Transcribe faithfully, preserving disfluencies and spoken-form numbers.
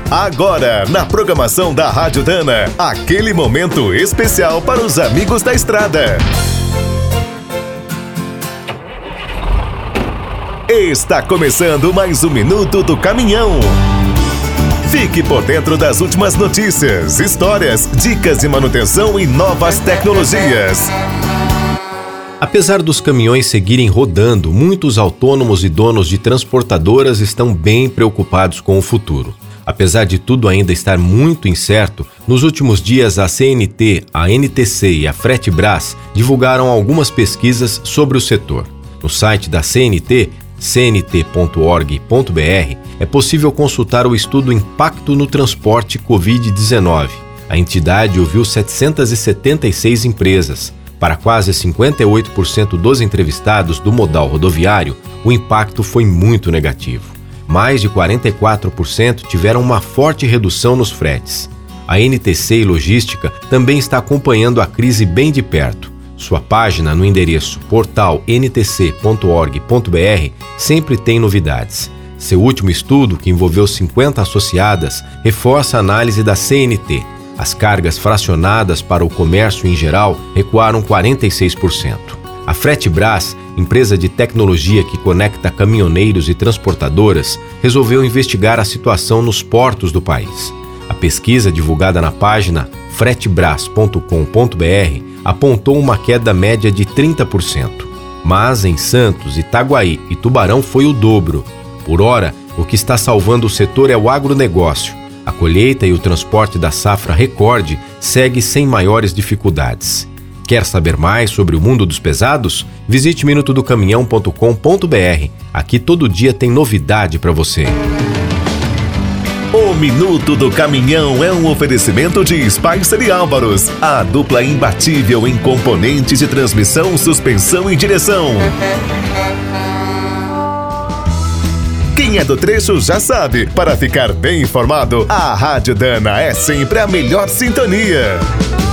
Agora, na programação da Rádio Dana, aquele momento especial para os amigos da estrada. Está começando mais um Minuto do Caminhão. Fique por dentro das últimas notícias, histórias, dicas de manutenção e novas tecnologias. Apesar dos caminhões seguirem rodando, muitos autônomos e donos de transportadoras estão bem preocupados com o futuro. Apesar de tudo ainda estar muito incerto, nos últimos dias a C N T, a N T C e a Fretebras divulgaram algumas pesquisas sobre o setor. No site da C N T, c n t ponto org ponto b r, é possível consultar o estudo Impacto no Transporte covid dezenove. A entidade ouviu setecentas e setenta e seis empresas. Para quase cinquenta e oito por cento dos entrevistados do modal rodoviário, o impacto foi muito negativo. Mais de quarenta e quatro por cento tiveram uma forte redução nos fretes. A N T C e Logística também está acompanhando a crise bem de perto. Sua página no endereço portal n t c ponto org ponto b r sempre tem novidades. Seu último estudo, que envolveu cinquenta associadas, reforça a análise da C N T. As cargas fracionadas para o comércio em geral recuaram quarenta e seis por cento. A Fretebras, empresa de tecnologia que conecta caminhoneiros e transportadoras, resolveu investigar a situação nos portos do país. A pesquisa divulgada na página fretebras ponto com ponto b r apontou uma queda média de trinta por cento. Mas em Santos, Itaguaí e Tubarão foi o dobro. Por hora, o que está salvando o setor é o agronegócio. A colheita e o transporte da safra recorde segue sem maiores dificuldades. Quer saber mais sobre o mundo dos pesados? Visite minuto do caminhão ponto com ponto b r. Aqui todo dia tem novidade para você. O Minuto do Caminhão é um oferecimento de Spicer e Álvaros, a dupla imbatível em componentes de transmissão, suspensão e direção. Quem é do trecho já sabe, para ficar bem informado, a Rádio Dana é sempre a melhor sintonia.